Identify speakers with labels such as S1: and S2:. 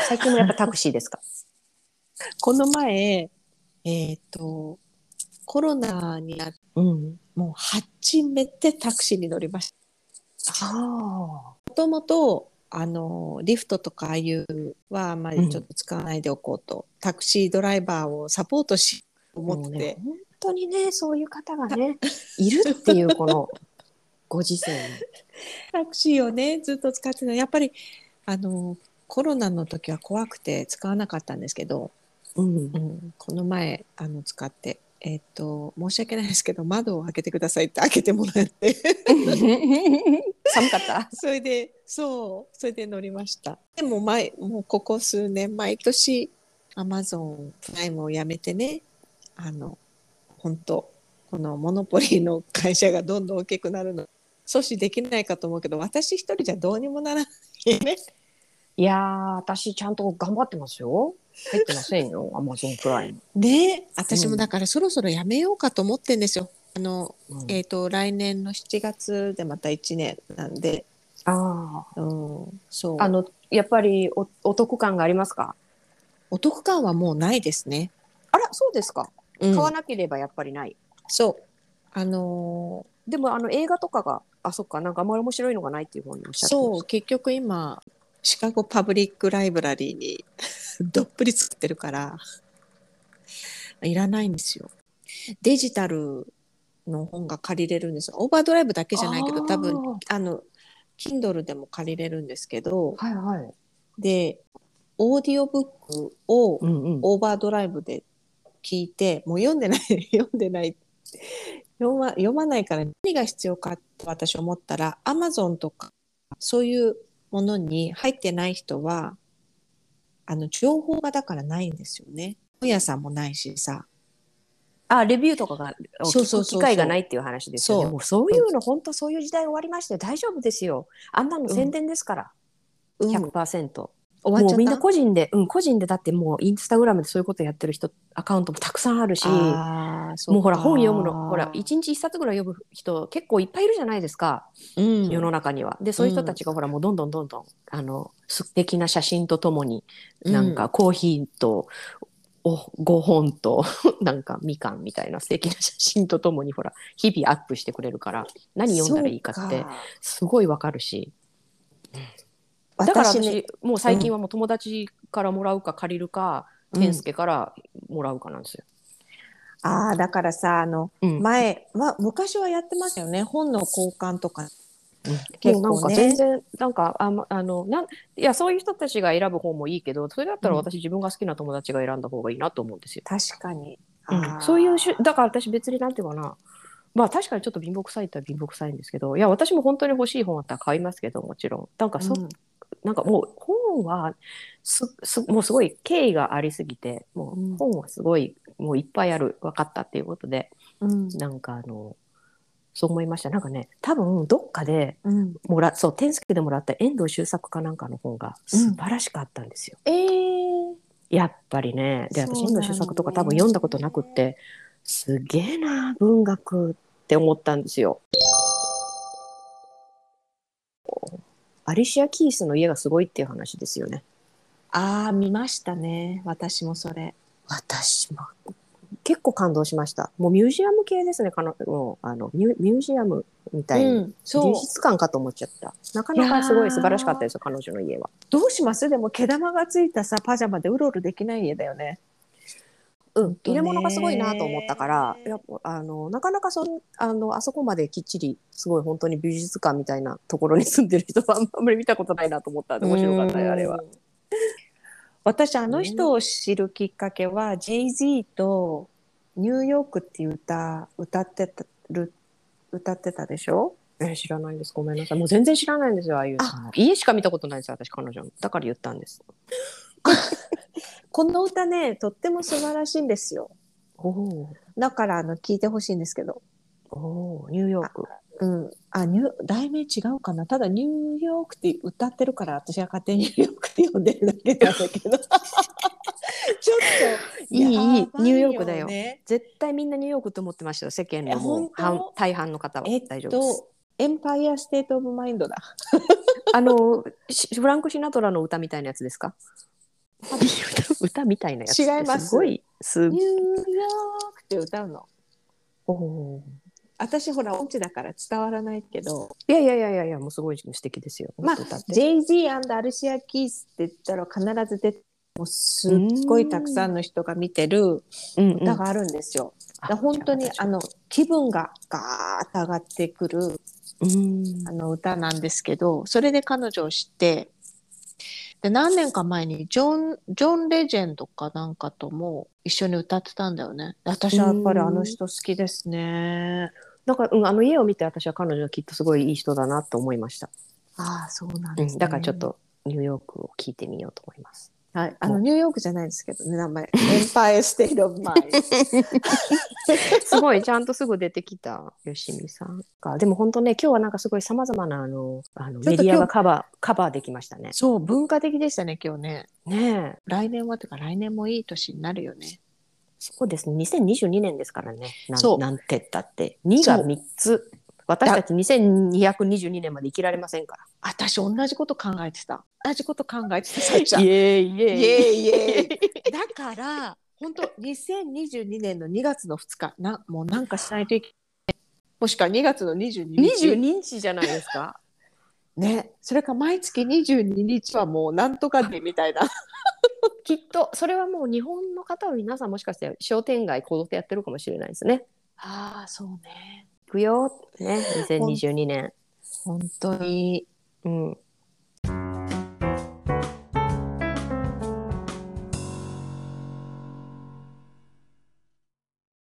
S1: 最近もやっぱタクシーですか？
S2: この前、コロナになって、もう初めてタクシーに乗りました。もともとリフトとかああいうはあんまりちょっと使わないでおこうと、タクシードライバーをサポートしようと思って、
S1: 本当にね、そういう方がねいるっていうこのご時世に
S2: タクシーをねずっと使ってた。やっぱりコロナの時は怖くて使わなかったんですけど、この前使って、申し訳ないですけど窓を開けてくださいって開けてもらって
S1: 寒かった。
S2: それで乗りました。でももうここ数年毎年アマゾンプライムをやめてね、本当このモノポリーの会社がどんどん大きくなるの阻止できないかと思うけど、私一人じゃどうにもならないね。
S1: いやー、私ちゃんと頑張ってますよ。入ってませんよ、アマゾンプライム。
S2: ね、私もだからそろそろやめようかと思ってんですよ。来年の7月でまた1年なんで。そう。
S1: やっぱりお得感がありますか？
S2: お得感はもうないですね。
S1: あら、そうですか。買わなければやっぱりない。
S2: そう。
S1: でも映画とかが、そっか、なんかあんまり面白いのがないっていうふうにおっしゃってました。
S2: そう、結局今、シカゴパブリックライブラリーにどっぷり作ってるから、いらないんですよ。デジタルの本が借りれるんですよ。オーバードライブだけじゃないけど、多分、Kindle でも借りれるんですけど、
S1: はいはい。
S2: で、オーディオブックをオーバードライブで聞いて、もう読んでない読まないから何が必要かって私思ったら、Amazon とかそういうものに入ってない人は情報がだからないんですよね。本屋さんもないしさ。
S1: レビューとかが聞く機会がないっていう話ですよね。もうそういうの、本当そういう時代終わりまして大丈夫ですよ。あんなの宣伝ですから、100%。もうみんな個人でだってもうインスタグラムでそういうことやってる人、アカウントもたくさんあるし、もうほら本読むの、ほら1日1冊ぐらい読む人結構いっぱいいるじゃないですか、世の中には。で、そういう人たちがほらもうどんどん素敵な写真とともに、なんかコーヒーと5本となんかみかんみたいな素敵な写真とともにほら日々アップしてくれるから、何読んだらいいかってすごいわかるし。だから私、もう最近はもう友達からもらうか借りるか、健介からもらうかなんですよ。
S2: だからさ、昔はやってましたよね。本の交換とか。
S1: もうなんか全然、なんか、いや、そういう人たちが選ぶ方もいいけど、それだったら私自分が好きな友達が選んだ方がいいなと思うんですよ。
S2: 確かに。
S1: そういうだから私別になんていうかな。まあ確かにちょっと貧乏臭いって貧乏臭いんですけど、いや、私も本当に欲しい本あったら買いますけど、もちろん。なんかもう本はもうすごい敬意がありすぎて、もう本はすごいもういっぱいある、分かったっていうことで、なんかそう思いました。なんかね、多分どっかで天助でもらった遠藤周作かなんかの本が素晴らしかったんですよ。やっぱりね。で、私遠藤周作とか多分読んだことなくって、すげえな文学って思ったんですよ。アリシア・キースの家がすごいっていう話ですよね。
S2: 見ましたね。私もそれ。
S1: 私も結構感動しました。もうミュージアム系ですね。もうミュージアムみたいに、美術館かと思っちゃった。なかなかすごい素晴らしかったですよ、彼女の家は。
S2: どうします？でも毛玉がついたさパジャマでうろうろできない家だよね。
S1: 入れ物がすごりなと思ったから、やっぱなかなかあそこまできっちりすごい本当に美術館みたいなところに住んでる人はあんまり見たことないなと思ったんで面白かったよ、あれは。
S2: 私人を知るきっかけは Jay-Z とニューヨークっていう歌ってたでしょ？
S1: 知らないです。ごめんなさい。もう全然知らないんですよ、ああいうの。家しか見たことないですよ、私、彼女の。だから言ったんです。
S2: この歌ね、とっても素晴らしいんですよ。だから聞いてほしいんですけど。
S1: ニューヨーク。
S2: 題名違うかな。ただニューヨークって歌ってるから私は勝手にニューヨークって呼んでるだけなんだけど。ちょっと
S1: いいニューヨークだよ。絶対みんなニューヨークと思ってましたよ、世間のもう大半の方は。大丈夫です。
S2: エンパイアステートオブマインドだ。
S1: フランク・シナトラの歌みたいなやつですか？ 歌みたいなやつって
S2: 違います
S1: すごい
S2: ニューヨークって歌うの。
S1: おー
S2: 私ほら音痴だから伝わらないけど、
S1: いやいやいやいやいやもうすごい素敵ですよ。
S2: まあ
S1: 歌って
S2: Jay-Z& アルシア・キースって言ったら必ず出て、もうすっごいたくさんの人が見てる
S1: うん
S2: 歌があるんですよ。
S1: あ
S2: だから本当に
S1: じゃあ
S2: 気分がガーッと上がってくる歌なんですけど、それで彼女を知って、で何年か前にジョン・レジェンドかなんかとも一緒に歌ってたんだよね。私はやっぱりあの人好きですね。
S1: だから、あの家を見て私は彼女はきっとすごいいい人だなと思いました。
S2: ああ、そうなんですね。
S1: だからちょっとニューヨークを聞いてみようと思います。
S2: はい、ニューヨークじゃないですけどね、名前。エンパイアステイトオブマインド。
S1: すごいちゃんとすぐ出てきた吉見さんか。でも本当ね、今日はなんかすごいさまざまなメディアがカバーできましたね。
S2: そう、文化的でしたね、今日ね。
S1: ねえ。
S2: 来年はとか来年もいい年になるよね。
S1: そうですね。2022年ですからね。
S2: そう
S1: なんて言ったって。2が3つ。私たち2222年まで生きられませんから。
S2: 私同じこと考えてた。同じこと考えてた、さっちゃん。
S1: イエーイイエーイ。
S2: イエーイイエーイ。だから、本当2022年の2月の2日、もうなんかしないといけない。もしくは2月の22日。
S1: 22日じゃないですか。
S2: ね。それか毎月22日はもうなんとかでみたいな。
S1: きっと、それはもう日本の方は皆さんもしかして商店街こぞってやってるかもしれないですね。
S2: ああ、そうね。
S1: 行くよ、ね、2022年。
S2: 本当に。
S1: うん。